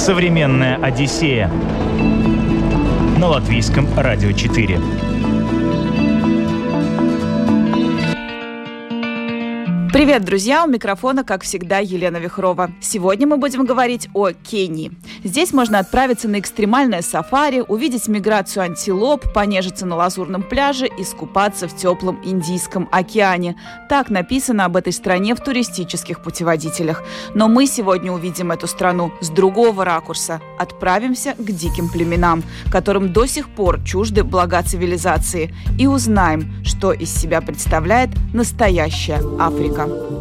Современная Одиссея на Латвийском радио 4. Привет, друзья! У микрофона, как всегда, Елена Вихрова. Сегодня мы будем говорить о Кении. Здесь можно отправиться на экстремальное сафари, увидеть миграцию антилоп, понежиться на лазурном пляже и искупаться в теплом Индийском океане. Так написано об этой стране в туристических путеводителях. Но мы сегодня увидим эту страну с другого ракурса. Отправимся к диким племенам, которым до сих пор чужды блага цивилизации, и узнаем, что из себя представляет настоящая Африка.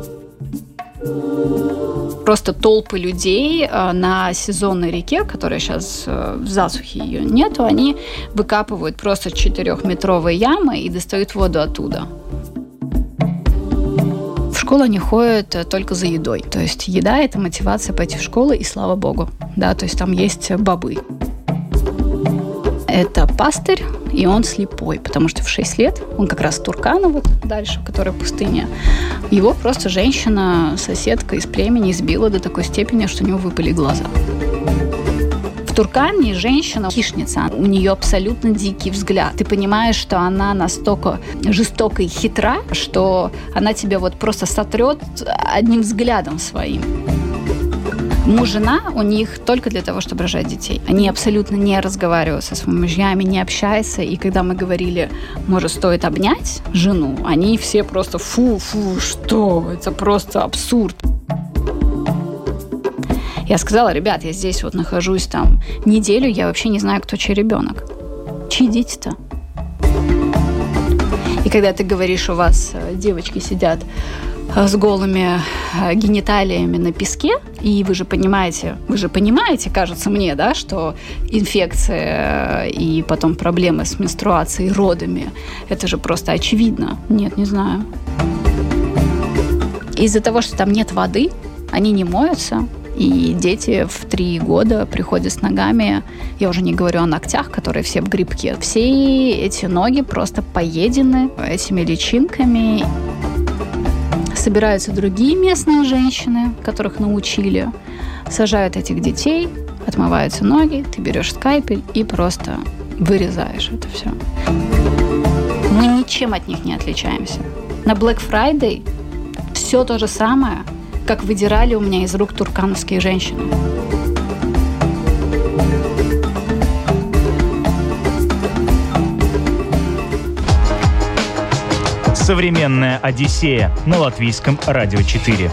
Просто толпы людей на сезонной реке, которая сейчас в засухе ее нету, они выкапывают просто 4-метровые ямы и достают воду оттуда. В школу они ходят только за едой. То есть еда – это мотивация пойти в школу, и слава богу. Да, то есть там есть бобы. Это пастырь, и он слепой, потому что в 6 лет, он как раз Туркана, вот дальше, которая пустыня, его просто женщина, соседка из племени избила до такой степени, что у него выпали глаза. В Туркане женщина хищница, у нее абсолютно дикий взгляд. Ты понимаешь, что она настолько жестока и хитра, что она тебя вот просто сотрет одним взглядом своим. Муж, жена у них только для того, чтобы рожать детей. Они абсолютно не разговаривают со своими мужьями, не общаются. И когда мы говорили, может, стоит обнять жену, они все просто фу, что? Это просто абсурд. Я сказала, ребят, я здесь вот нахожусь там неделю, я вообще не знаю, кто чей ребенок. Чьи дети-то? И когда ты говоришь, у вас девочки сидят с голыми гениталиями на песке, и вы же понимаете, кажется мне, да, что инфекция и потом проблемы с менструацией, родами, это же просто очевидно. Нет, не знаю. Из-за того, что там нет воды, они не моются, и дети в 3 года приходят с ногами, я уже не говорю о ногтях, которые все в грибке. Все эти ноги просто поедены этими личинками. Собираются другие местные женщины, которых научили, сажают этих детей, отмываются ноги, ты берешь скальпель и просто вырезаешь это все. Мы ничем от них не отличаемся. На Black Friday все то же самое, как выдирали у меня из рук туркановские женщины. Современная Одиссея на Латвийском радио 4.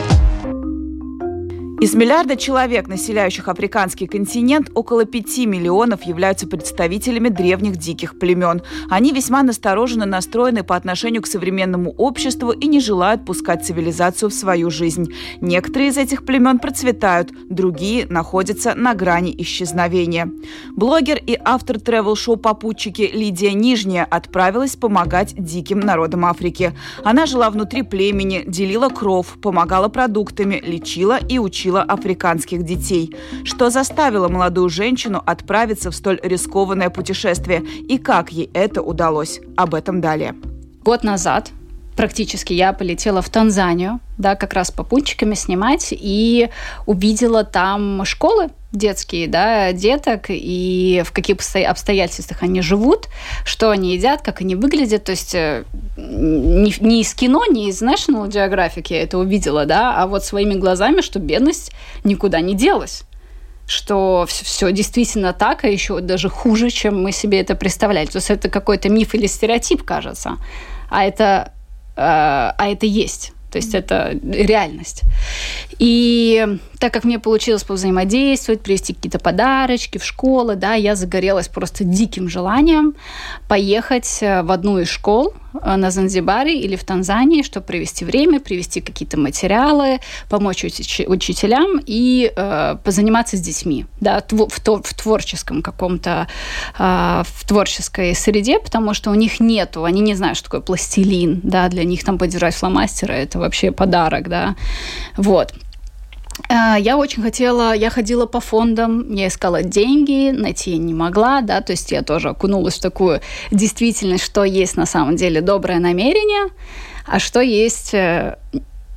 Из миллиарда человек, населяющих африканский континент, около 5 миллионов являются представителями древних диких племен. Они весьма настороженно настроены по отношению к современному обществу и не желают пускать цивилизацию в свою жизнь. Некоторые из этих племен процветают, другие находятся на грани исчезновения. Блогер и автор тревел-шоу «Попутчики» Лидия Нижняя отправилась помогать диким народам Африки. Она жила внутри племени, делила кров, помогала продуктами, лечила и учила африканских детей. Что заставило молодую женщину отправиться в столь рискованное путешествие и как ей это удалось? Об этом далее. Год назад практически я полетела в Танзанию, да, как раз попутчиками снимать, и увидела там школы детские, да, деток, и в каких обстоятельствах они живут, что они едят, как они выглядят. То есть не из кино, не из National Geographic я это увидела, да, а вот своими глазами, что бедность никуда не делась. Что все действительно так, а еще даже хуже, чем мы себе это представляли. То есть это какой-то миф или стереотип, кажется, а это есть. То есть это реальность. И так как мне получилось повзаимодействовать, привезти какие-то подарочки в школы, да, я загорелась просто диким желанием поехать в одну из школ на Занзибаре или в Танзании, чтобы провести время, привезти какие-то материалы, помочь учителям и позаниматься с детьми, да, в творческом каком-то, в творческой среде, потому что у них нету, они не знают, что такое пластилин, да, для них там подержать фломастеры – это вообще подарок, да, вот. Я очень хотела, я ходила по фондам, я искала деньги, найти я не могла, да, то есть я тоже окунулась в такую действительность, что есть на самом деле доброе намерение, а что есть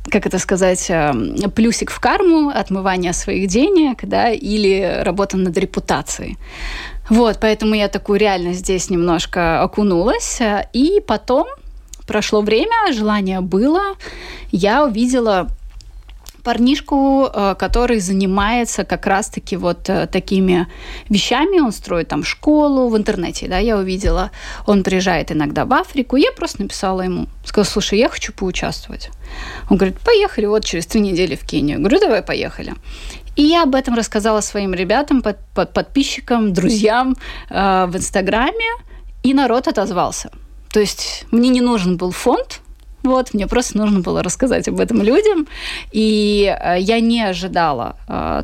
как это сказать, плюсик в карму, отмывание своих денег, да, или работа над репутацией. Вот, поэтому я такую реальность здесь немножко окунулась. И потом прошло время, желание было, я увидела парнишку, который занимается как раз-таки вот такими вещами. Он строит там школу в интернете, да, я увидела. Он приезжает иногда в Африку. Я просто написала ему. Сказала, слушай, я хочу поучаствовать. Он говорит, поехали, вот через 3 недели в Кению. Я говорю, давай, поехали. И я об этом рассказала своим ребятам, подписчикам, друзьям в Инстаграме, и народ отозвался. То есть мне не нужен был фонд, вот, мне просто нужно было рассказать об этом людям. И я не ожидала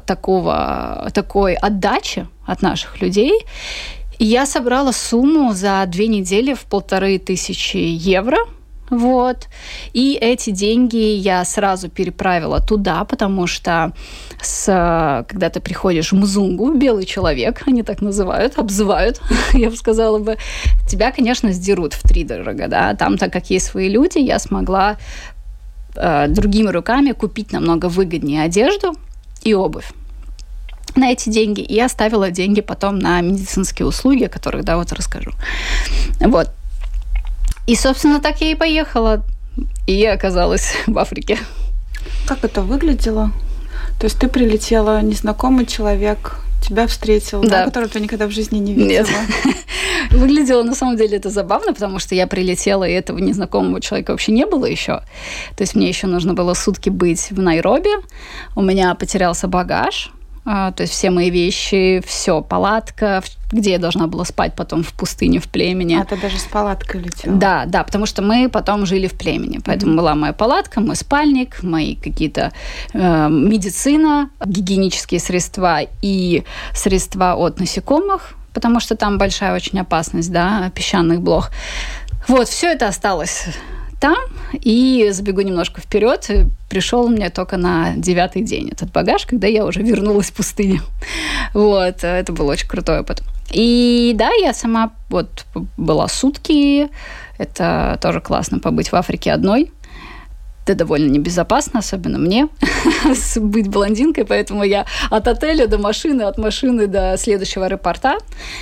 такой отдачи от наших людей. И я собрала сумму за 2 недели в 1500 евро. Вот. И эти деньги я сразу переправила туда, потому что когда ты приходишь в Мзунгу, белый человек, они так называют, обзывают, я бы сказала бы, тебя, конечно, сдерут втридорога, да. Там, так как есть свои люди, я смогла другими руками купить намного выгоднее одежду и обувь на эти деньги, и оставила деньги потом на медицинские услуги, о которых, да, вот расскажу. Вот. И, собственно, так я и поехала, и оказалась в Африке. Как это выглядело? То есть ты прилетела, незнакомый человек тебя встретил, да, которого ты никогда в жизни не видела? Нет. Выглядело, на самом деле, это забавно, потому что я прилетела, и этого незнакомого человека вообще не было еще. То есть мне еще нужно было сутки быть в Найроби. У меня потерялся багаж. То есть все мои вещи, все, палатка, где я должна была спать потом в пустыне, в племени. А ты даже с палаткой летела? Да, потому что мы потом жили в племени. Поэтому была моя палатка, мой спальник, мои какие-то медицина, гигиенические средства и средства от насекомых, потому что там большая очень опасность, да, песчаных блох. Вот, все это осталось там, и забегу немножко вперед, пришел мне только на 9-й день этот багаж, когда я уже вернулась в пустыню. Вот, это был очень крутой опыт. И да, я сама вот была сутки, это тоже классно побыть в Африке одной. Это довольно небезопасно, особенно мне, быть блондинкой, поэтому я от отеля до машины, от машины до следующего аэропорта.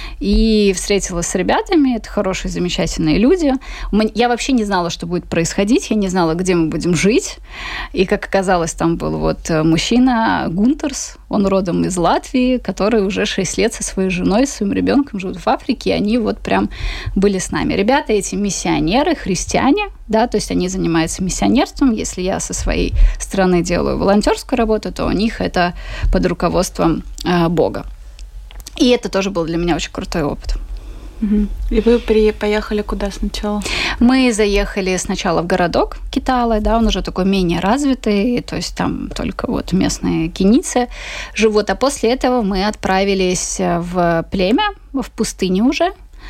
И встретилась с ребятами, это хорошие, замечательные люди. Я вообще не знала, что будет происходить, я не знала, где мы будем жить. И, как оказалось, там был вот мужчина Гунтерс, он родом из Латвии, который уже 6 лет со своей женой, своим ребенком живут в Африке, и они вот прям были с нами. Ребята эти миссионеры, христиане, да, то есть они занимаются миссионерством. Если я со своей стороны делаю волонтерскую работу, то у них это под руководством Бога. И это тоже был для меня очень крутой опыт. И вы поехали куда сначала? Мы заехали сначала в городок Китала, да, он уже такой менее развитый, то есть там только вот местные кенийцы живут. А после этого мы отправились в племя, в пустыню уже,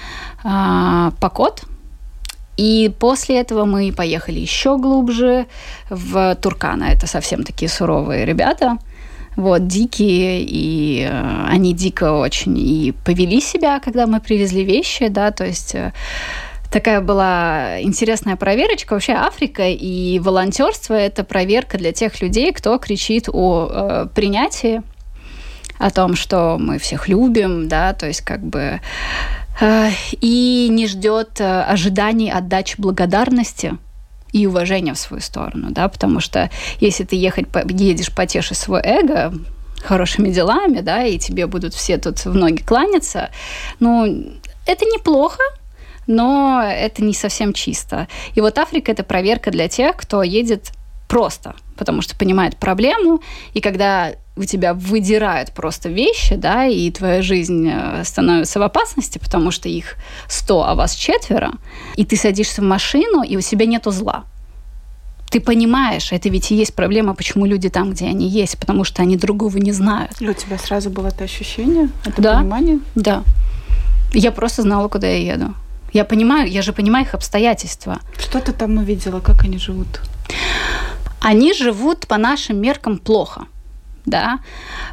Покот. И после этого мы поехали еще глубже в Туркана. Это совсем такие суровые ребята. Вот, дикие, и они дико очень и повели себя, когда мы привезли вещи, да, то есть такая была интересная проверочка. Вообще Африка и волонтерство – это проверка для тех людей, кто кричит о принятии, о том, что мы всех любим, да, то есть как бы и не ждет ожиданий отдачи благодарности и уважения в свою сторону, да, потому что если ты едешь потешить свое эго хорошими делами, да, и тебе будут все тут в ноги кланяться, ну, это неплохо, но это не совсем чисто. И вот Африка – это проверка для тех, кто едет просто, потому что понимает проблему, и когда у тебя выдирают просто вещи, да, и твоя жизнь становится в опасности, потому что их 100, а вас 4, и ты садишься в машину, и у себя нету зла. Ты понимаешь, это ведь и есть проблема, почему люди там, где они есть, потому что они другого не знают. И у тебя сразу было это ощущение, это да, понимание? Да. Я просто знала, куда я еду. Я же понимаю их обстоятельства. Что ты там увидела, как они живут? Они живут по нашим меркам плохо. Да,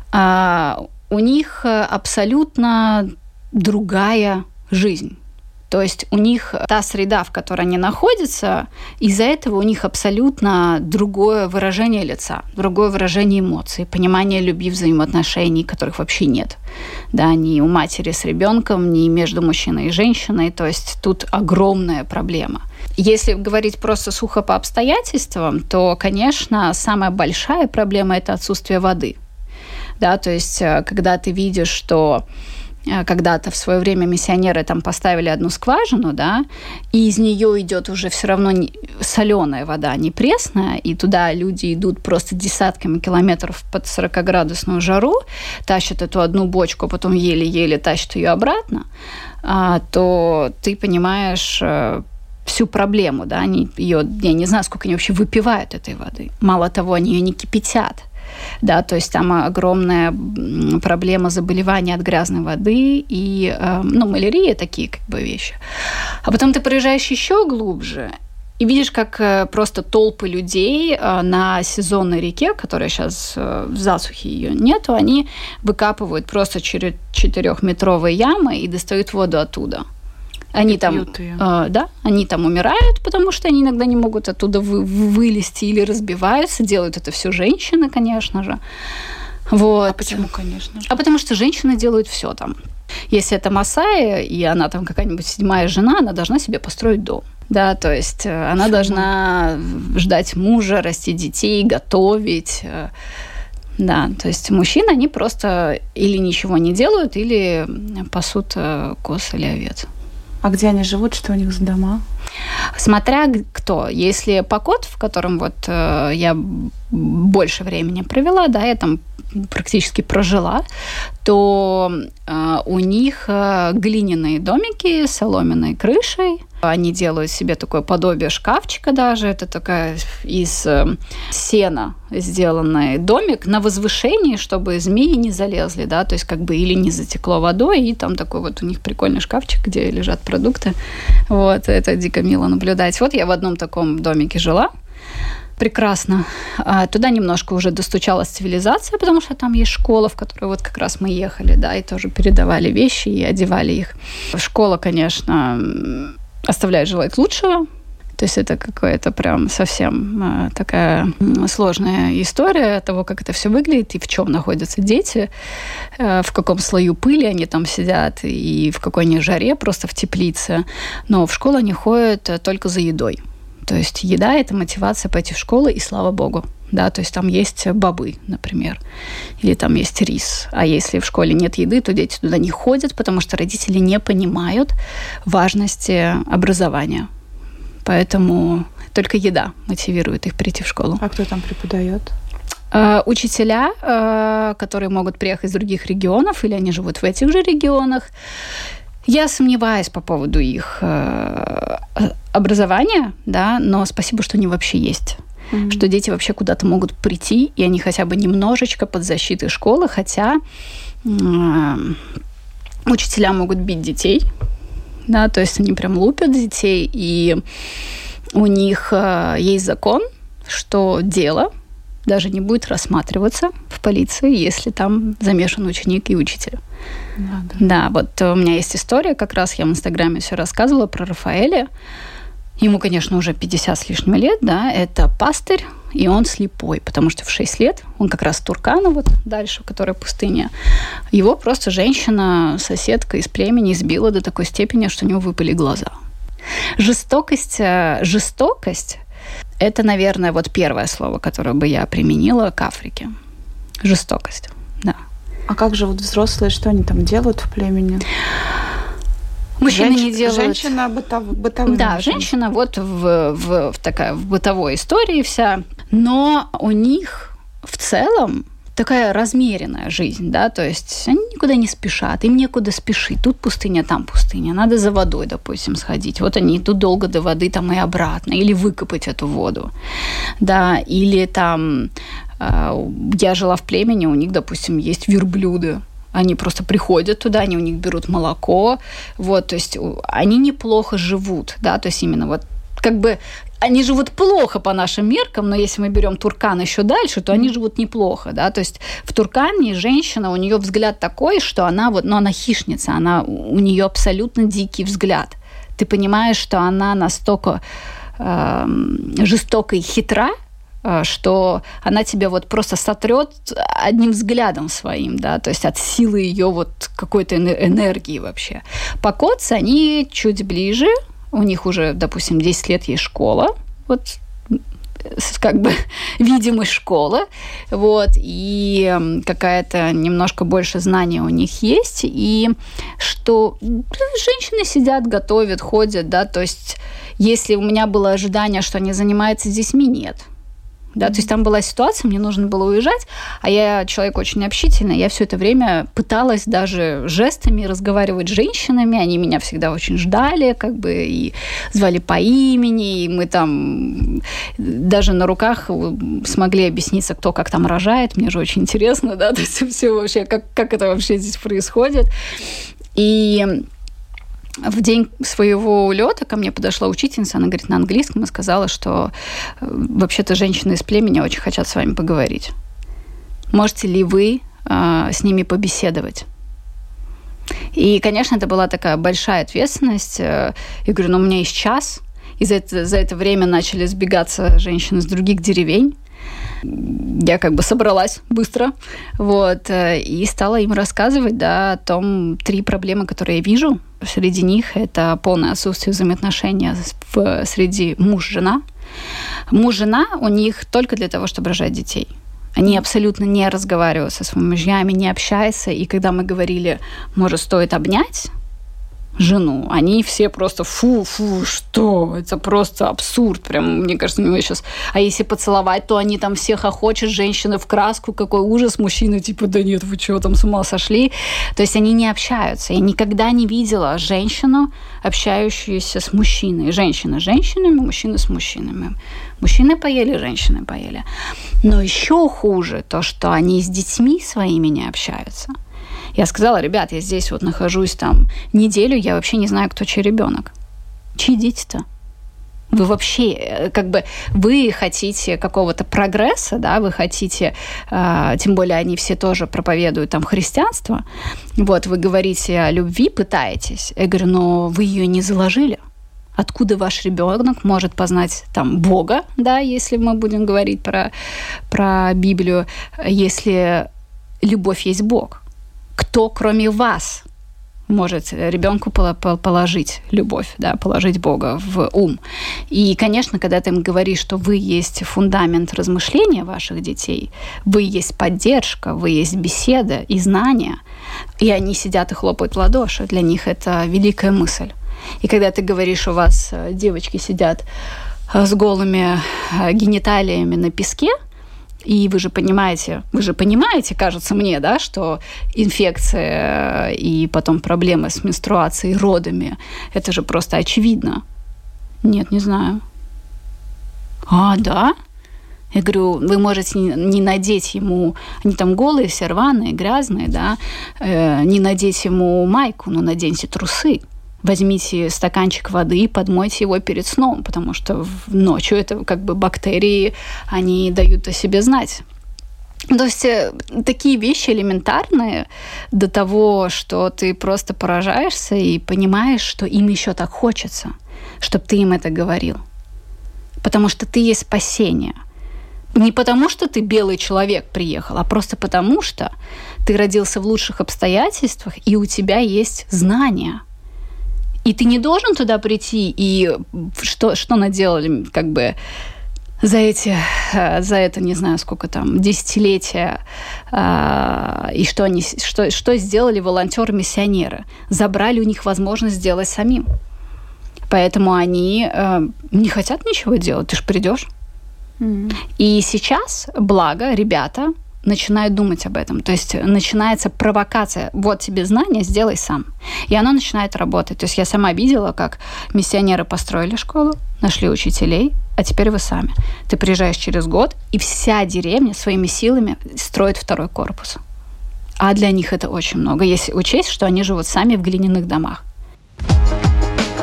у них абсолютно другая жизнь. То есть у них та среда, в которой они находятся, из-за этого у них абсолютно другое выражение лица, другое выражение эмоций, понимание любви, взаимоотношений, которых вообще нет. Да, ни у матери с ребенком, ни между мужчиной и женщиной. То есть тут огромная проблема. Если говорить просто сухо по обстоятельствам, то, конечно, самая большая проблема – это отсутствие воды. Да, то есть когда ты видишь, что когда-то в свое время миссионеры там поставили одну скважину, да, и из нее идет уже все равно соленая вода, не пресная, и туда люди идут просто десятками километров под 40-градусную жару, тащат эту одну бочку, а потом еле-еле тащат ее обратно, то ты понимаешь всю проблему, да, они ее, я не знаю, сколько они вообще выпивают этой воды. Мало того, они ее не кипятят. Да, то есть там огромная проблема заболевания от грязной воды и, малярия, такие как бы вещи. А потом ты проезжаешь еще глубже и видишь, как просто толпы людей на сезонной реке, которая сейчас в засухе ее нету, они выкапывают просто 4-метровые ямы и достают воду оттуда. Они там, они там умирают, потому что они иногда не могут оттуда вылезти или разбиваются. Делают это все женщины, конечно же. Вот. А почему, конечно же? А потому что женщины делают все там. Если это Масаия, и она там какая-нибудь 7-я жена, она должна себе построить дом. Да, то есть она должна ждать мужа, растить детей, готовить. Да, то есть мужчины, они просто или ничего не делают, или пасут коз или овец. А где они живут, что у них за дома? Смотря кто. Если Покот, в котором вот я больше времени провела, да, я там практически прожила, то у них глиняные домики с соломенной крышей. Они делают себе такое подобие шкафчика даже. Это такая из сена сделанный домик на возвышении, чтобы змеи не залезли, да, то есть как бы или не затекло водой, и там такой вот у них прикольный шкафчик, где лежат продукты. Вот, это дико мило наблюдать. Вот я в одном таком домике жила. Прекрасно. Туда немножко уже достучалась цивилизация, потому что там есть школа, в которую вот как раз мы ехали, да, и тоже передавали вещи и одевали их. Школа, конечно, оставляет желать лучшего. То есть это какая-то прям совсем такая сложная история того, как это все выглядит и в чем находятся дети, в каком слою пыли они там сидят и в какой они жаре, просто в теплице. Но в школу они ходят только за едой. То есть еда – это мотивация пойти в школу, и слава богу. Да, то есть там есть бобы, например, или там есть рис. А если в школе нет еды, то дети туда не ходят, потому что родители не понимают важности образования. Поэтому только еда мотивирует их прийти в школу. А кто там преподает? Учителя, которые могут приехать из других регионов, или они живут в этих же регионах. Я сомневаюсь по поводу их образования, да, но спасибо, что они вообще есть. Mm-hmm. Что дети вообще куда-то могут прийти, и они хотя бы немножечко под защитой школы, хотя учителя могут бить детей, да, то есть они прям лупят детей, и у них есть закон, что дело даже не будет рассматриваться в полиции, если там замешан ученик и учитель. Да, вот у меня есть история, как раз я в Инстаграме все рассказывала про Рафаэля. Ему, конечно, уже 50 с лишним лет, да, это пастырь, и он слепой, потому что в 6 лет, он как раз Туркана, вот дальше, которая пустыня, его просто женщина, соседка из племени избила до такой степени, что у него выпали глаза. Жестокость – это, наверное, вот первое слово, которое бы я применила к Африке. Жестокость, да. А как же вот взрослые, что они там делают в племени? Мужчины не делают. Женщина бытовая. Да, женщина вот в бытовой истории вся. Но у них в целом такая размеренная жизнь, да, то есть они никуда не спешат, им некуда спешить. Тут пустыня, там пустыня. Надо за водой, допустим, сходить. Вот они идут долго до воды там и обратно. Или выкопать эту воду. Да, или там... Я жила в племени, у них, допустим, есть верблюды. Они просто приходят туда, они у них берут молоко. Вот, то есть они неплохо живут, да, то есть именно вот как бы они живут плохо по нашим меркам, но если мы берем Туркан еще дальше, то они живут неплохо, да, то есть в Туркане женщина, у нее взгляд такой, что она вот, ну, она хищница, у нее абсолютно дикий взгляд. Ты понимаешь, что она настолько жестока и хитра, что она тебя вот просто сотрет одним взглядом своим, да, то есть от силы ее вот какой-то энергии вообще. Покотцы, они чуть ближе, у них уже, допустим, 10 лет есть школа, вот как бы видимость школы, вот, и какая-то немножко больше знания у них есть, и что женщины сидят, готовят, ходят, да, то есть если у меня было ожидание, что они занимаются с детьми, нет. Да, то есть там была ситуация, мне нужно было уезжать, а я человек очень общительный, я все это время пыталась даже жестами разговаривать с женщинами, они меня всегда очень ждали, как бы, и звали по имени, и мы там даже на руках смогли объясниться, кто как там рожает, мне же очень интересно, да, то есть все вообще, как это вообще здесь происходит. И в день своего улета ко мне подошла учительница, она говорит на английском и сказала, что вообще-то женщины из племени очень хотят с вами поговорить. Можете ли вы с ними побеседовать? И, конечно, это была такая большая ответственность. Я говорю, у меня есть час. И за это время начали сбегаться женщины из других деревень. Я как бы собралась быстро, вот, и стала им рассказывать, да, о том 3 проблемы, которые я вижу. Среди них это полное отсутствие взаимоотношения среди муж-жена. Муж-жена у них только для того, чтобы рожать детей. Они абсолютно не разговаривают со своими мужьями, не общаются. И когда мы говорили, может, стоит обнять жену, они все просто фу, что? Это просто абсурд. Прям, мне кажется, у него сейчас... А если поцеловать, то они там все хохочут, женщины в краску, какой ужас, мужчины типа, да нет, вы что, там с ума сошли? То есть они не общаются. Я никогда не видела женщину, общающуюся с мужчиной. Женщина с женщинами, мужчина с мужчинами. Мужчины поели, женщины поели. Но еще хуже то, что они с детьми своими не общаются. Я сказала, ребят, я здесь вот нахожусь там неделю, я вообще не знаю, кто чей ребенок. Чьи дети-то? Вы вообще, как бы, вы хотите какого-то прогресса, да, вы хотите, тем более они все тоже проповедуют там христианство, вот, вы говорите о любви, пытаетесь. Я говорю, но вы ее не заложили. Откуда ваш ребенок может познать там Бога, да, если мы будем говорить про Библию, если любовь есть Бог? Кто, кроме вас, может ребенку положить любовь, да, положить Бога в ум? И, конечно, когда ты им говоришь, что вы есть фундамент размышления ваших детей, вы есть поддержка, вы есть беседа и знания, и они сидят и хлопают в ладоши, для них это великая мысль. И когда ты говоришь, у вас девочки сидят с голыми гениталиями на песке, и вы же понимаете, кажется мне, да, что инфекция и потом проблемы с менструацией, родами, это же просто очевидно. Нет, не знаю. А, да? Я говорю, вы можете не надеть ему, они там голые, все рваные, грязные, да, не надеть ему майку, но наденьте трусы. Возьмите стаканчик воды и подмойте его перед сном, потому что ночью это как бы бактерии, они дают о себе знать. То есть такие вещи элементарные до того, что ты просто поражаешься и понимаешь, что им еще так хочется, чтобы ты им это говорил. Потому что ты есть спасение. Не потому, что ты белый человек приехал, а просто потому, что ты родился в лучших обстоятельствах, и у тебя есть знания. И ты не должен туда прийти, и что наделали, как бы, за это, не знаю, сколько там, десятилетия, и что сделали волонтеры-миссионеры. Забрали у них возможность сделать самим. Поэтому они не хотят ничего делать, ты же придешь. Mm-hmm. И сейчас, благо, ребята начинают думать об этом. То есть начинается провокация. Вот тебе знания, сделай сам. И оно начинает работать. То есть я сама видела, как миссионеры построили школу, нашли учителей, а теперь вы сами. Ты приезжаешь через год, и вся деревня своими силами строит 2-й корпус. А для них это очень много. Если учесть, что они живут сами в глиняных домах.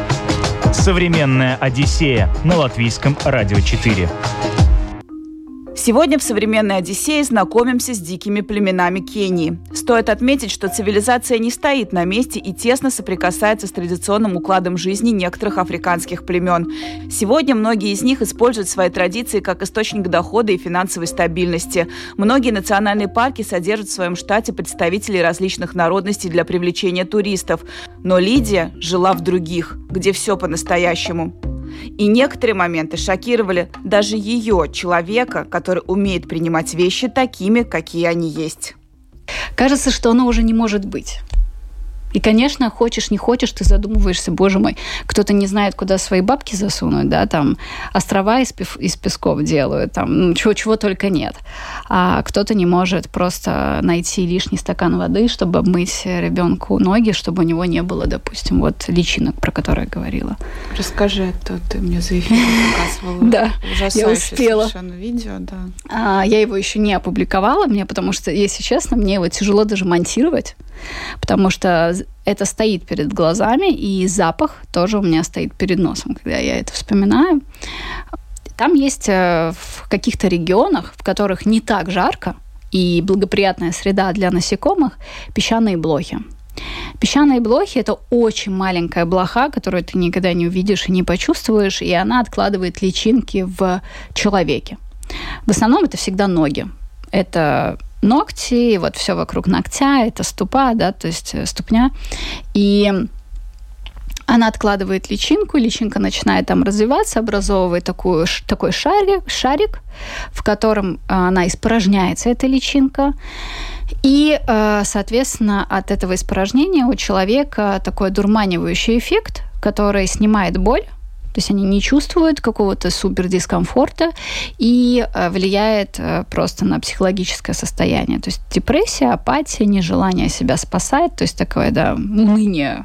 Современная Одиссея на Латвийском радио 4. Сегодня в «Современной Одиссее» знакомимся с дикими племенами Кении. Стоит отметить, что цивилизация не стоит на месте и тесно соприкасается с традиционным укладом жизни некоторых африканских племен. Сегодня многие из них используют свои традиции как источник дохода и финансовой стабильности. Многие национальные парки содержат в своем штате представителей различных народностей для привлечения туристов. Но Лидия жила в других, где все по-настоящему. И некоторые моменты шокировали даже ее, человека, который умеет принимать вещи такими, какие они есть. Кажется, что оно уже не может быть. И, конечно, хочешь, не хочешь, ты задумываешься, боже мой, кто-то не знает, куда свои бабки засунуть, да, там острова из песков делают, там чего только нет. А кто-то не может просто найти лишний стакан воды, чтобы обмыть ребенку ноги, чтобы у него не было, допустим, вот личинок, про которые я говорила. Расскажи, это ты мне за эфиром показывала. Да, я успела. Совершенно видео, да. Я его еще не опубликовала, потому что, если честно, мне его тяжело даже монтировать, потому что это стоит перед глазами, и запах тоже у меня стоит перед носом, когда я это вспоминаю. Там есть в каких-то регионах, в которых не так жарко и благоприятная среда для насекомых, песчаные блохи. Песчаные блохи – это очень маленькая блоха, которую ты никогда не увидишь и не почувствуешь, и она откладывает личинки в человеке. В основном это всегда ноги. Это ногти, вот все вокруг ногтя, это ступа, да, то есть ступня. И она откладывает личинку, личинка начинает там развиваться, образовывает такой шарик, в котором она испражняется, эта личинка. И, соответственно, от этого испражнения у человека такой одурманивающий эффект, который снимает боль. То есть они не чувствуют какого-то супердискомфорта и влияет просто на психологическое состояние. То есть депрессия, апатия, нежелание себя спасать, то есть такое, да, уныние.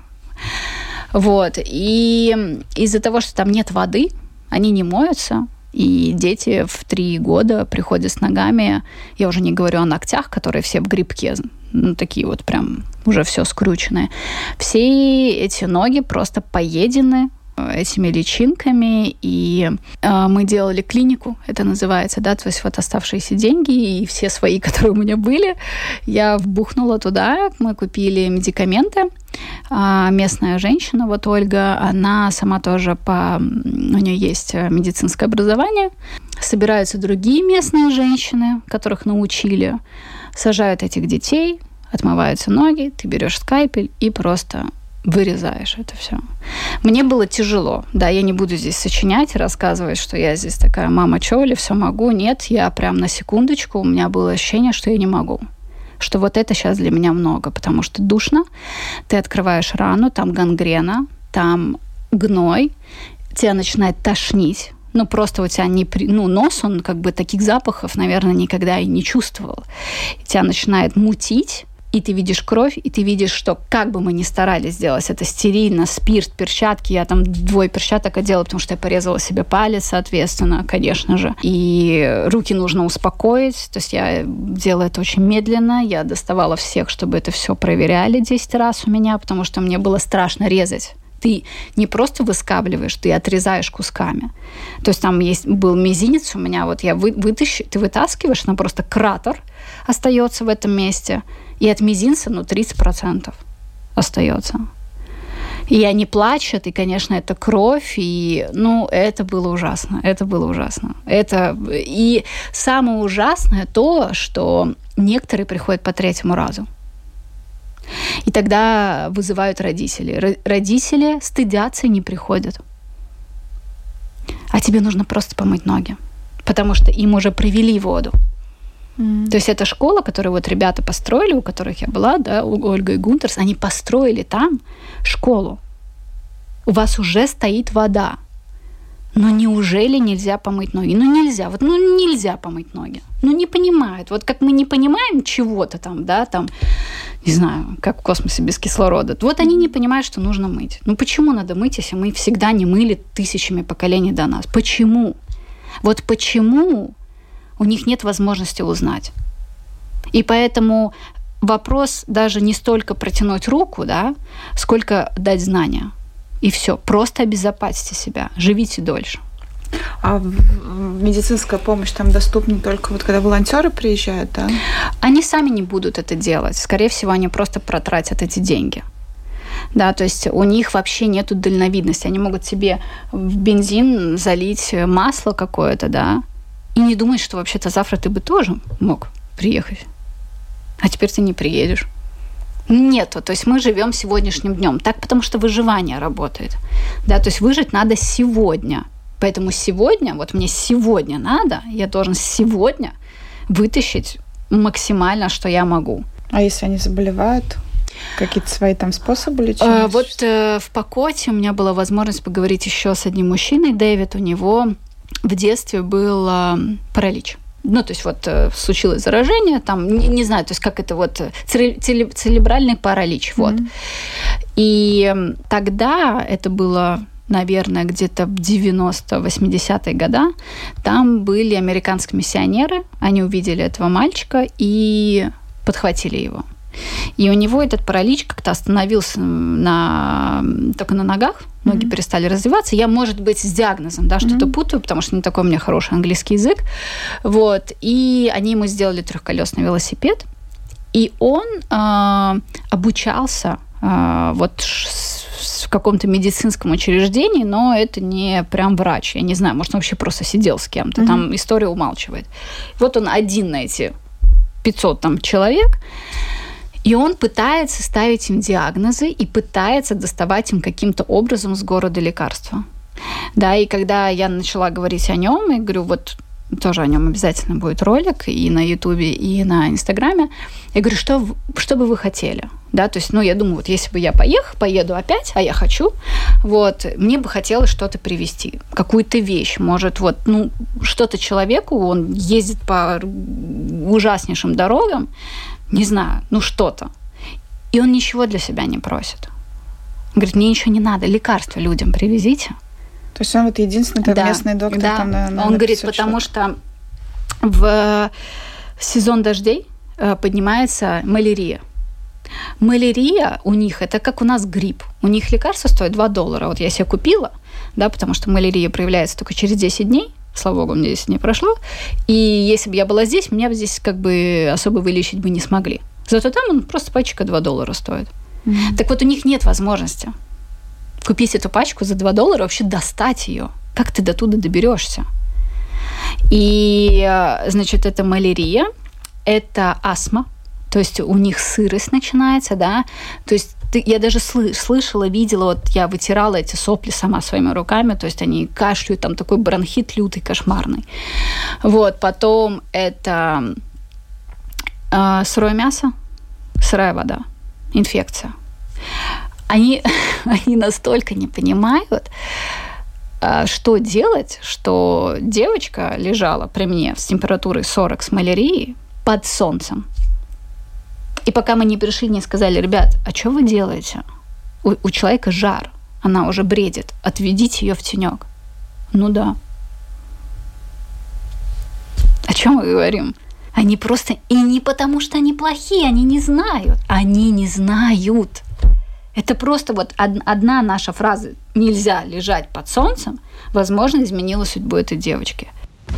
Вот. И из-за того, что там нет воды, они не моются, и дети в 3 года приходят с ногами, я уже не говорю о ногтях, которые все в грибке, ну, такие вот прям уже все скрученные. Все эти ноги просто поедены этими личинками, и мы делали клинику, это называется, да, то есть вот оставшиеся деньги и все свои, которые у меня были, я вбухнула туда, мы купили медикаменты. Местная женщина, вот Ольга, она сама тоже у нее есть медицинское образование, собираются другие местные женщины, которых научили, сажают этих детей, отмываются ноги, ты берешь скальпель и просто вырезаешь это все. Мне было тяжело. Да, я не буду здесь сочинять, рассказывать, что я здесь такая мама Чоли, все могу. Нет, я прям на секундочку, у меня было ощущение, что я не могу. Что вот это сейчас для меня много, потому что душно. Ты открываешь рану, там гангрена, там гной, тебя начинает тошнить. Ну, просто у тебя нос, он как бы таких запахов, наверное, никогда и не чувствовал. И тебя начинает мутить. И ты видишь кровь, и ты видишь, что как бы мы ни старались сделать это стерильно, спирт, перчатки, я там 2 перчаток одела, потому что я порезала себе палец, соответственно, конечно же. И руки нужно успокоить, то есть я делала это очень медленно, я доставала всех, чтобы это все проверяли 10 раз у меня, потому что мне было страшно резать. Ты не просто выскабливаешь, ты отрезаешь кусками. То есть там был мизинец у меня, вот я ты вытаскиваешь, но просто кратер остается в этом месте, и от мизинца, 30% остается. И они плачут, и, конечно, это кровь, и, это было ужасно, И самое ужасное то, что некоторые приходят по 3-му разу. И тогда вызывают родителей. Родители стыдятся и не приходят. А тебе нужно просто помыть ноги, потому что им уже привели воду. То есть это школа, которую вот ребята построили, у которых я была, да, Ольга и Гунтерс, они построили там школу. У вас уже стоит вода. Но неужели нельзя помыть ноги? Нельзя. Вот, нельзя помыть ноги. Не понимают. Вот как мы не понимаем чего-то там, да, там, не знаю, как в космосе без кислорода. Вот они не понимают, что нужно мыть. Почему надо мыть, если мы всегда не мыли тысячами поколений до нас? Почему? Вот почему у них нет возможности узнать? И поэтому вопрос даже не столько протянуть руку, да, сколько дать знания. И все. Просто обезопасьте себя. Живите дольше. А медицинская помощь там доступна только вот когда волонтеры приезжают, да? Они сами не будут это делать. Скорее всего, они просто протратят эти деньги. Да, то есть у них вообще нету дальновидности. Они могут себе в бензин залить масло какое-то, да, и не думать, что вообще-то завтра ты бы тоже мог приехать. А теперь ты не приедешь. Нету. То есть мы живем сегодняшним днем. Так, потому что выживание работает. Да, то есть выжить надо сегодня. Поэтому сегодня, вот мне сегодня надо, я должен сегодня вытащить максимально, что я могу. А если они заболевают? Какие-то свои там способы лечения? Вот в Покоте у меня была возможность поговорить еще с одним мужчиной, Дэвид. У него в детстве был паралич. Ну, то есть вот случилось заражение, там, не знаю, то есть как это вот, церебральный паралич, вот. И тогда это было, наверное, где-то в 90-80-е годы, там были американские миссионеры, они увидели этого мальчика и подхватили его. И у него этот паралич как-то остановился только на ногах, ноги перестали развиваться. Я, может быть, с диагнозом, да, что-то путаю, потому что не такой у меня хороший английский язык. Вот. И они ему сделали трехколесный велосипед, и он обучался вот в каком-то медицинском учреждении, но это не прям врач. Я не знаю, может, он вообще просто сидел с кем-то. Там история умалчивает. Вот он один на эти 500 там человек, и он пытается ставить им диагнозы и пытается доставать им каким-то образом с города лекарства. Да, и когда я начала говорить о нем, я говорю, вот тоже о нем обязательно будет ролик и на Ютубе, и на Инстаграме. Я говорю, что бы вы хотели? Да, то есть, я думаю, вот если бы я поеду опять, а я хочу, вот, мне бы хотелось что-то привезти, какую-то вещь, может, вот, что-то человеку, он ездит по ужаснейшим дорогам, не знаю, что-то. И он ничего для себя не просит. Он говорит, мне ничего не надо, лекарства людям привезите. То есть он вот единственный местный доктор там на он говорит, потому что в сезон дождей поднимается малярия. Малярия у них, это как у нас грипп. У них лекарство стоит $2. Вот я себе купила, да, потому что малярия проявляется только через 10 дней. Слава богу, мне 10 дней прошло. И если бы я была здесь, меня бы здесь как бы особо вылечить бы не смогли. Зато там он просто пачка $2 стоит. Так вот, у них нет возможности купить эту пачку за $2, вообще достать ее. Как ты до туда доберешься? И, значит, это малярия, это астма, то есть у них сырость начинается, да, то есть я даже слышала, видела, вот я вытирала эти сопли сама своими руками, то есть они кашляют, там такой бронхит лютый, кошмарный. Вот, потом это сырое мясо, сырая вода, инфекция. Они настолько не понимают, что делать, что девочка лежала при мне с температурой 40 с малярией под солнцем. И пока мы не пришли, не сказали, ребят, а что вы делаете? У человека жар, она уже бредит, отведите ее в тенек. Ну да. О чем мы говорим? Они просто... И не потому, что они плохие, они не знают. Они не знают. Это просто вот одна наша фраза «нельзя лежать под солнцем», возможно, изменила судьбу этой девочки.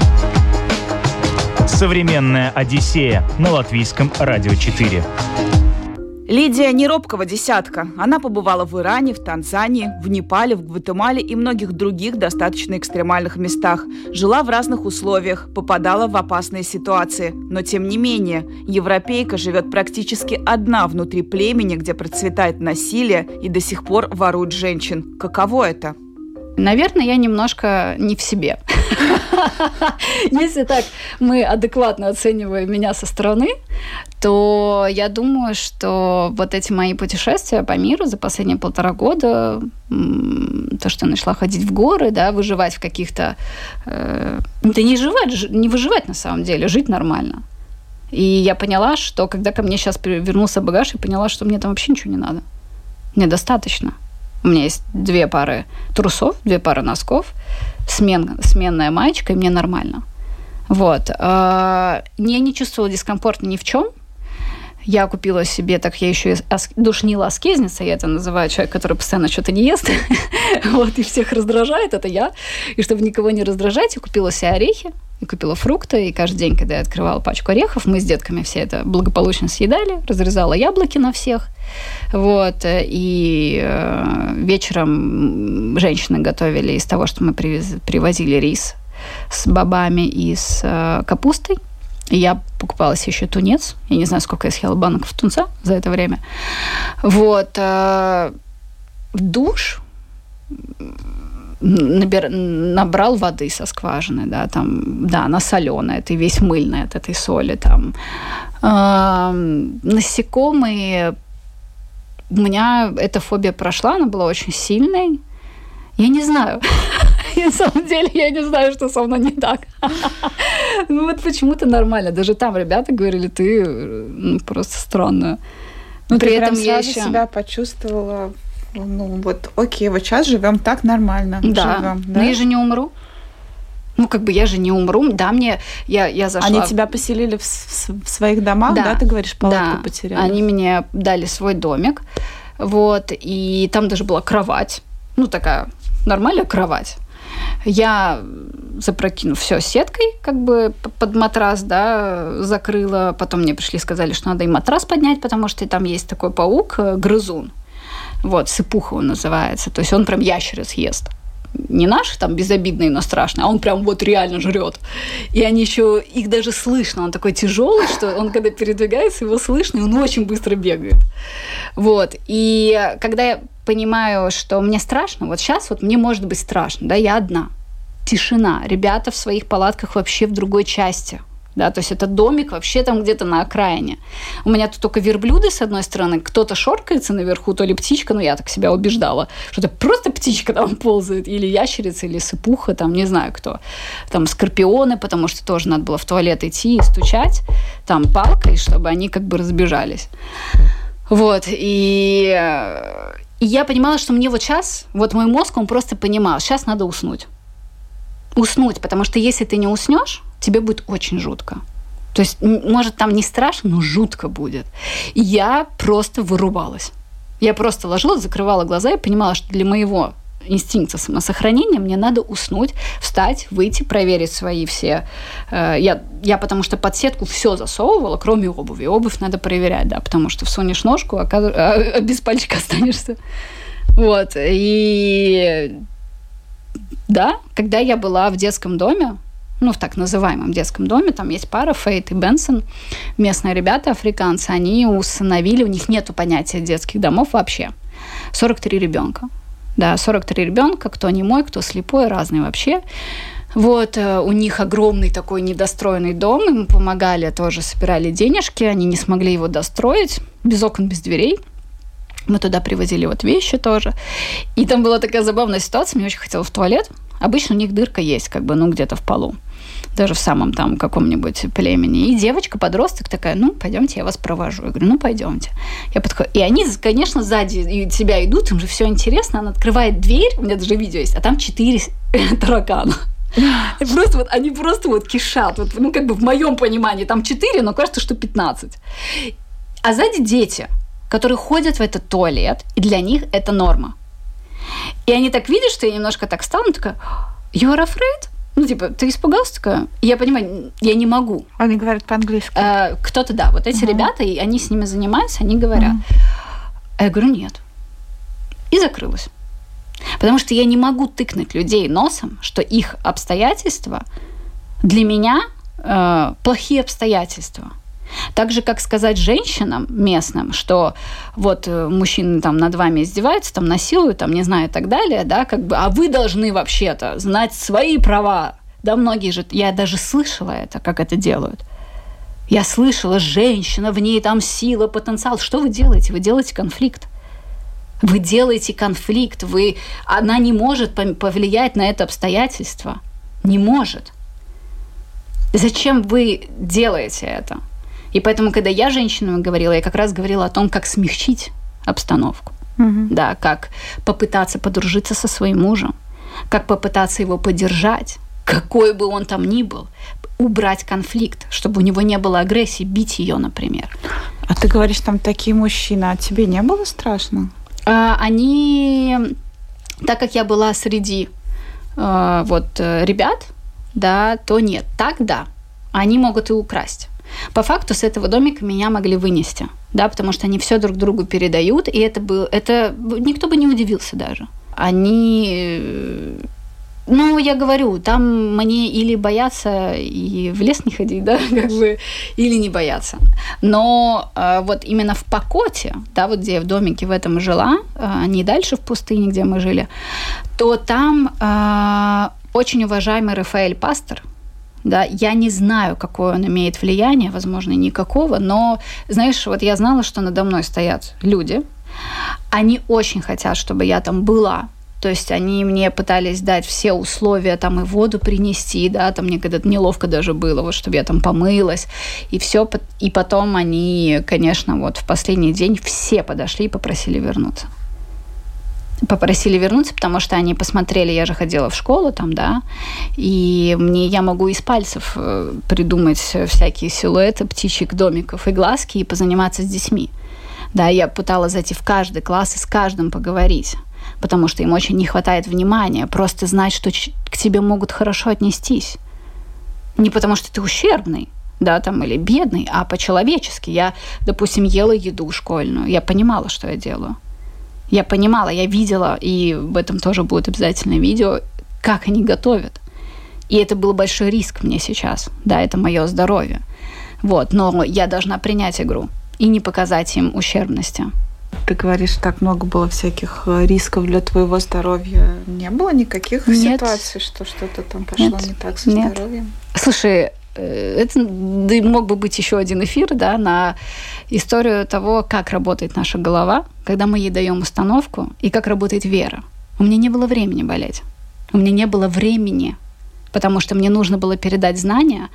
Современная Одиссея на Латвийском радио 4. Лидия не робкого десятка. Она побывала в Иране, в Танзании, в Непале, в Гватемале и многих других достаточно экстремальных местах. Жила в разных условиях, попадала в опасные ситуации. Но тем не менее, европейка живет практически одна внутри племени, где процветает насилие и до сих пор воруют женщин. Каково это? Наверное, я немножко не в себе. Если так мы адекватно оцениваем меня со стороны, то я думаю, что вот эти мои путешествия по миру за последние 1,5 года, то, что я начала ходить в горы, да, выживать в каких-то... Да не выживать на самом деле, жить нормально. И я поняла, что когда ко мне сейчас вернулся багаж, я поняла, что мне там вообще ничего не надо. Мне достаточно. У меня есть 2 пары трусов, 2 пары носков, сменная маечка, и мне нормально. Вот. Я не чувствовала дискомфорта ни в чем. Я купила себе, так я еще и душнила-аскезница, я это называю, человек, который постоянно что-то не ест, вот, и всех раздражает, это я. И чтобы никого не раздражать, я купила себе орехи, и купила фрукты, и каждый день, когда я открывала пачку орехов, мы с детками все это благополучно съедали, разрезала яблоки на всех, вот, и вечером женщины готовили из того, что мы привозили рис с бобами и с капустой. И я покупала себе еще тунец. Я не знаю, сколько я съела банок тунца за это время. Вот. Душ набрал воды со скважины, да, там, да, она соленая, ты весь мыльный от этой соли, там. Насекомые, у меня эта фобия прошла, она была очень сильной. Я не знаю. На самом деле, я не знаю, что со мной не так. Ну, вот почему-то нормально. Даже там ребята говорили, ты просто странная. Но при этом я сразу себя почувствовала, ну, вот, окей, вот сейчас живем так нормально. Да, живем, да? Но я же не умру. Ну, как бы я же не умру. Да, я зашла... Они тебя поселили в своих домах, да, ты говоришь, палатку потеряли? Они мне дали свой домик, вот, и там даже была кровать. Ну, такая нормальная кровать. Я, запрокинув все сеткой, как бы под матрас, да, закрыла. Потом мне пришли, сказали, что надо и матрас поднять, потому что там есть такой паук, грызун. Вот, сыпуха он называется. То есть он прям ящериц ест. Не наши там безобидные, но страшные, а он прям вот реально жрет. И они еще, их даже слышно. Он такой тяжелый, что он, когда передвигается, его слышно, и он очень быстро бегает. Вот. И когда я понимаю, что мне страшно, вот сейчас вот мне может быть страшно, да, я одна. Тишина. Ребята в своих палатках вообще в другой части. Да, то есть это домик вообще там где-то на окраине. У меня тут только верблюды с одной стороны, кто-то шоркается наверху, то ли птичка, ну я так себя убеждала, что это просто птичка там ползает, или ящерица, или сыпуха, там не знаю кто. Там скорпионы, потому что тоже надо было в туалет идти и стучать там палкой, чтобы они как бы разбежались. Вот, и я понимала, что мне вот сейчас, вот мой мозг, он просто понимал, сейчас надо уснуть. Уснуть, потому что если ты не уснешь, тебе будет очень жутко. То есть, может, там не страшно, но жутко будет. И я просто вырубалась. Я просто ложилась, закрывала глаза и понимала, что для моего инстинкта самосохранения мне надо уснуть, встать, выйти, проверить свои все... Я потому что под сетку все засовывала, кроме обуви. Обувь надо проверять, да, потому что всунешь ножку, а без пальчика останешься. Вот. И... Да, когда я была в детском доме, ну, в так называемом детском доме, там есть пара, Фейт и Бенсон, местные ребята, африканцы, они усыновили, у них нету понятия детских домов вообще. 43 ребенка. Да, 43 ребенка, кто немой, кто слепой, разные вообще. Вот, у них огромный такой недостроенный дом, им помогали, тоже собирали денежки, они не смогли его достроить, без окон, без дверей. Мы туда привозили вот вещи тоже. И там была такая забавная ситуация. Мне очень хотелось в туалет. Обычно у них дырка есть, как бы, ну, где-то в полу. Даже в самом там каком-нибудь племени. И девочка-подросток такая, ну, пойдемте, я вас провожу. Я говорю, ну, пойдемте. Я подхожу. И они, конечно, сзади тебя идут, им же все интересно. Она открывает дверь, у меня даже видео есть, а там 4 таракана. И просто вот, они просто вот кишат. Вот, ну, как бы в моем понимании там 4, но кажется, что 15. А сзади дети, которые ходят в этот туалет, и для них это норма. И они так видят, что я немножко так встала, такая, you are afraid? Ну, типа, ты испугался? Такая, я понимаю, я не могу. Они говорят по-английски. Кто-то, да, вот эти ребята, и они с ними занимаются, они говорят. А я говорю, нет. И закрылась. Потому что я не могу тыкнуть людей носом, что их обстоятельства для меня плохие обстоятельства. Так же, как сказать женщинам местным, что вот мужчины там над вами издеваются, там насилуют, там не знаю и так далее, да, как бы, а вы должны вообще-то знать свои права. Да, многие же, я даже слышала это, как это делают. Я слышала, женщина, в ней там сила, потенциал. Что вы делаете? Вы делаете конфликт. Вы делаете конфликт. Она не может повлиять на это обстоятельство. Не может. Зачем вы делаете это? И поэтому, когда я женщинам говорила, я как раз говорила о том, как смягчить обстановку. Да, как попытаться подружиться со своим мужем, как попытаться его поддержать, какой бы он там ни был, убрать конфликт, чтобы у него не было агрессии, бить ее, например. А ты говоришь, там такие мужчины, а тебе не было страшно? Они, так как я была среди ребят, да, то нет. Так, да, они могут и украсть. По факту с этого домика меня могли вынести, да, потому что они все друг другу передают, и это никто бы не удивился даже. Они... я говорю, там мне или бояться и в лес не ходить, да, или не бояться. Но вот именно в Покоте, да, вот где я в домике в этом жила, не дальше в пустыне, где мы жили, то там очень уважаемый Рафаэль Пастор, да, я не знаю, какое он имеет влияние, возможно, никакого, но, знаешь, вот я знала, что надо мной стоят люди, они очень хотят, чтобы я там была. То есть они мне пытались дать все условия, там и воду принести, да, там мне когда-то неловко даже было, вот, чтобы я там помылась, и все. И потом они, конечно, вот в последний день все подошли и попросили вернуться. Потому что они посмотрели, я же ходила в школу там, да, и я могу из пальцев придумать всякие силуэты птичьих домиков и глазки и позаниматься с детьми. Да, я пыталась зайти в каждый класс и с каждым поговорить, потому что им очень не хватает внимания, просто знать, что к тебе могут хорошо отнестись. Не потому что ты ущербный, да, там, или бедный, а по-человечески. Я, допустим, ела еду школьную, я понимала, что я делаю. Я понимала, я видела, и в этом тоже будет обязательно видео, как они готовят. И это был большой риск мне сейчас. Да, это мое здоровье. Вот, но я должна принять игру и не показать им ущербности. Ты говоришь, так много было всяких рисков для твоего здоровья. Не было никаких ситуаций, что что-то там пошло не так со здоровьем? Слушай, это мог бы быть еще один эфир, да, на историю того, как работает наша голова, когда мы ей даем установку, и как работает вера. У меня не было времени болеть. У меня не было времени, потому что мне нужно было передать знания,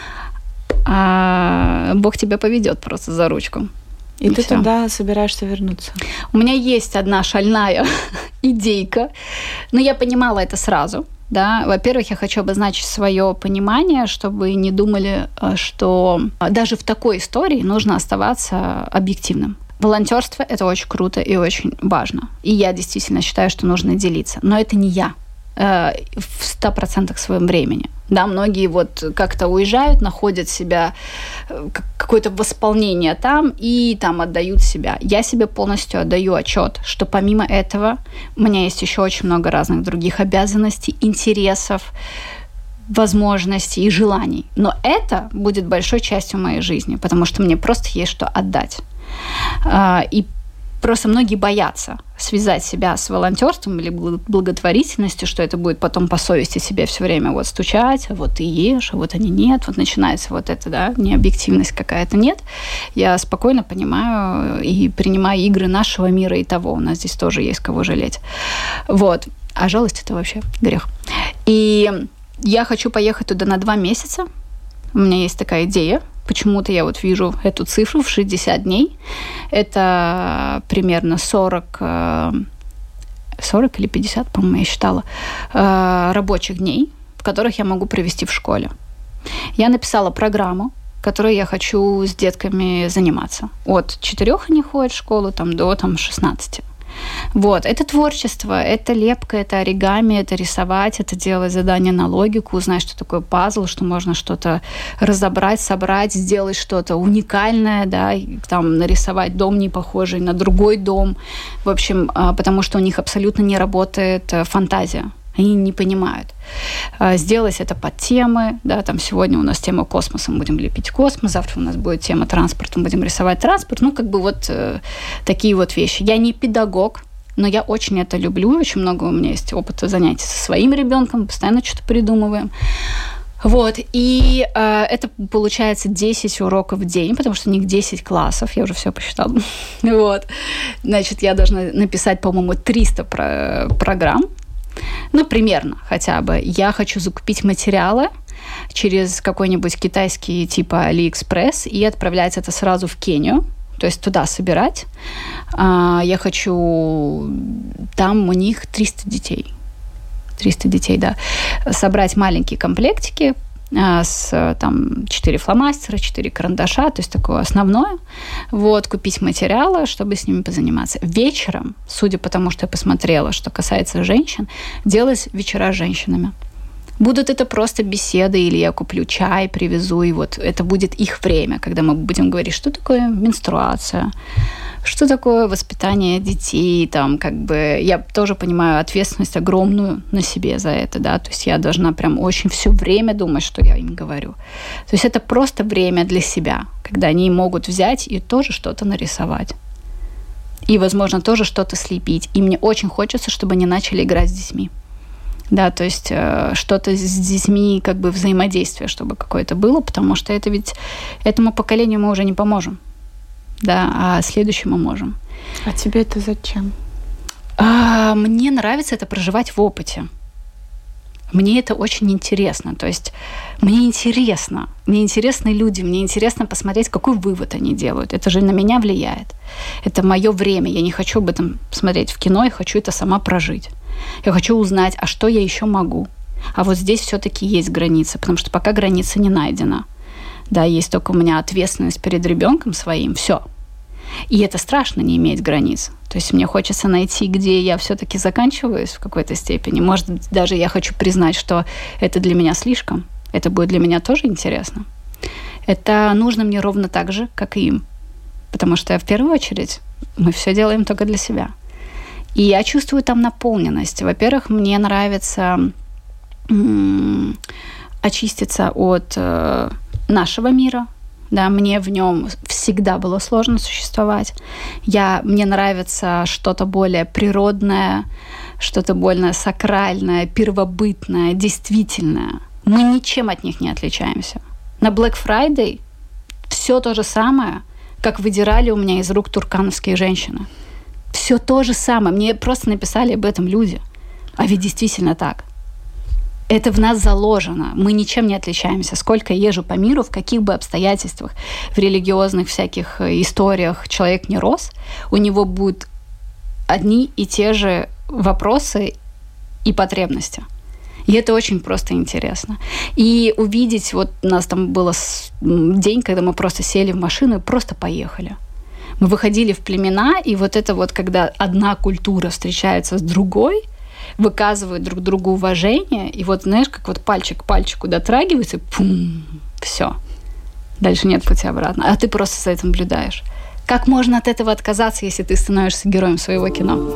а Бог тебя поведет просто за ручку. И ты всё. Туда собираешься вернуться? У меня есть одна шальная идейка, но я понимала это сразу. Да? Во-первых, я хочу обозначить свое понимание, чтобы не думали, что даже в такой истории нужно оставаться объективным. Волонтерство – это очень круто и очень важно. И я действительно считаю, что нужно делиться. Но это не я в 100% своем времени. Да, многие вот как-то уезжают, находят себя, какое-то восполнение там и там отдают себя. Я себе полностью отдаю отчет, что помимо этого у меня есть еще очень много разных других обязанностей, интересов, возможностей и желаний. Но это будет большой частью моей жизни, потому что мне просто есть что отдать. И просто многие боятся связать себя с волонтерством или благотворительностью, что это будет потом по совести себе все время вот стучать, а вот ты ешь, а вот они нет, вот начинается вот это, да, необъективность какая-то. Нет, я спокойно понимаю и принимаю игры нашего мира и того. У нас здесь тоже есть кого жалеть. Вот. А жалость – это вообще грех. И я хочу поехать туда на 2 месяца. У меня есть такая идея. Почему-то я вот вижу эту цифру в 60 дней. Это примерно 40 или 50, по-моему, я считала, рабочих дней, в которых я могу провести в школе. Я написала программу, которой я хочу с детками заниматься. От 4 они ходят в школу до 16. Вот. Это творчество, это лепка, это оригами, это рисовать, это делать задания на логику, узнать, что такое пазл, что можно что-то разобрать, собрать, сделать что-то уникальное, да, и, там, нарисовать дом, не похожий на другой дом. В общем, потому что у них абсолютно не работает фантазия. Они не понимают. Сделать это под темы. Да, там сегодня у нас тема космоса, мы будем лепить космос. Завтра у нас будет тема транспорта, мы будем рисовать транспорт. Вот такие вот вещи. Я не педагог, но я очень это люблю. Очень много у меня есть опыта занятий со своим ребенком. Постоянно что-то придумываем. Вот. И это получается 10 уроков в день, потому что у них 10 классов. Я уже все посчитала. Вот. Значит, я должна написать, по-моему, 300 программ. Примерно хотя бы. Я хочу закупить материалы через какой-нибудь китайский типа AliExpress и отправлять это сразу в Кению, то есть туда собирать. Я хочу... Там у них 300 детей. 300 детей, да. Собрать маленькие комплектики, с там 4 фломастера, 4 карандаша, то есть такое основное. Вот, купить материалы, чтобы с ними позаниматься. Вечером, судя по тому, что я посмотрела, что касается женщин, делать вечера с женщинами. Будут это просто беседы, или я куплю чай, привезу, и вот это будет их время, когда мы будем говорить, что такое менструация, что такое воспитание детей, там, как бы, я тоже понимаю ответственность огромную на себе за это, да, то есть я должна прям очень все время думать, что я им говорю. То есть это просто время для себя, когда они могут взять и тоже что-то нарисовать. И, возможно, тоже что-то слепить. И мне очень хочется, чтобы они начали играть с детьми. Да, то есть что-то с детьми, как бы взаимодействие, чтобы какое-то было, потому что это ведь этому поколению мы уже не поможем, да, а следующему можем. А тебе это зачем? Мне нравится это проживать в опыте. Мне это очень интересно. То есть мне интересны люди, мне интересно посмотреть, какой вывод они делают. Это же на меня влияет. Это мое время. Я не хочу об этом смотреть в кино, я хочу это сама прожить. Я хочу узнать, а что я еще могу. А вот здесь все-таки есть граница, потому что пока граница не найдена. Да, есть только у меня ответственность перед ребенком своим, все. И это страшно, не иметь границ. То есть мне хочется найти, где я все-таки заканчиваюсь в какой-то степени. Может быть, даже я хочу признать, что это для меня слишком. Это будет для меня тоже интересно. Это нужно мне ровно так же, как и им. Потому что в первую очередь мы все делаем только для себя. И я чувствую там наполненность. Во-первых, мне нравится очиститься от нашего мира. Да, мне в нем всегда было сложно существовать. Мне нравится что-то более природное, что-то более сакральное, первобытное, действительное. Мы ничем от них не отличаемся. На Black Friday все то же самое, как выдирали у меня из рук туркановские женщины. Все то же самое. Мне просто написали об этом люди. А ведь действительно так. Это в нас заложено. Мы ничем не отличаемся. Сколько езжу по миру, в каких бы обстоятельствах, в религиозных всяких историях человек не рос, у него будут одни и те же вопросы и потребности. И это очень просто интересно. И увидеть, вот у нас там был день, когда мы просто сели в машину и просто поехали. Мы выходили в племена, и вот это вот, когда одна культура встречается с другой, выказывают друг другу уважение, и вот, знаешь, как вот пальчик к пальчику дотрагивается, и пум, все. Дальше нет пути обратно. А ты просто за этим наблюдаешь. Как можно от этого отказаться, если ты становишься героем своего кино?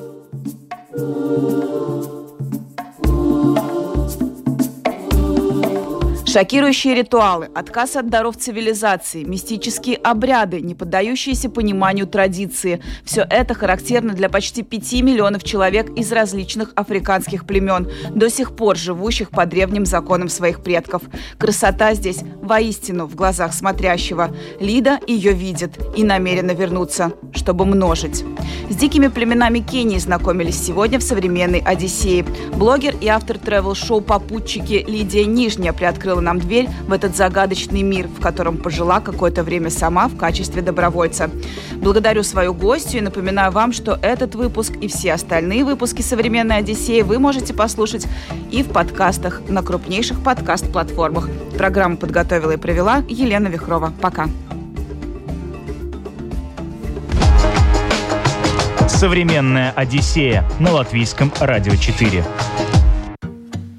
Шокирующие ритуалы, отказ от даров цивилизации, мистические обряды, не поддающиеся пониманию традиции – все это характерно для почти 5 миллионов человек из различных африканских племен, до сих пор живущих по древним законам своих предков. Красота здесь воистину в глазах смотрящего. Лида ее видит и намерена вернуться, чтобы множить. С дикими племенами Кении знакомились сегодня в современной Одиссее. Блогер и автор тревел-шоу «Попутчики» Лидия Нижняя приоткрыла нам дверь в этот загадочный мир, в котором пожила какое-то время сама в качестве добровольца. Благодарю свою гостью и напоминаю вам, что этот выпуск и все остальные выпуски «Современной Одиссеи» вы можете послушать и в подкастах на крупнейших подкаст-платформах. Программу подготовила и провела Елена Вихрова. Пока. «Современная Одиссея» на Латвийском радио 4.